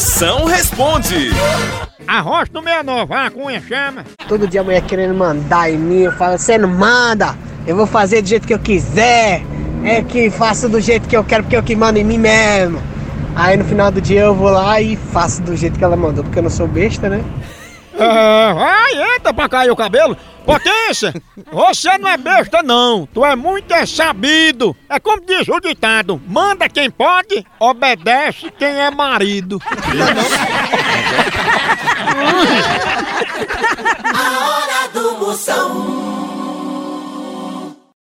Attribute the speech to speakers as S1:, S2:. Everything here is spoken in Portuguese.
S1: Moção responde.
S2: Arroz no 69, a cunha chama.
S3: Todo dia a mulher querendo mandar em mim, eu falo, você não manda, eu vou fazer do jeito que eu quiser, é que faço do jeito que eu quero, porque eu que mando em mim mesmo. Aí no final do dia eu vou lá e faço do jeito que ela mandou, porque eu não sou besta, né?
S2: Vai, entra pra cair o cabelo. Potência, você não é besta não, tu é muito sabido. É como diz o ditado, manda quem pode, obedece quem é marido.
S4: A hora do Moção.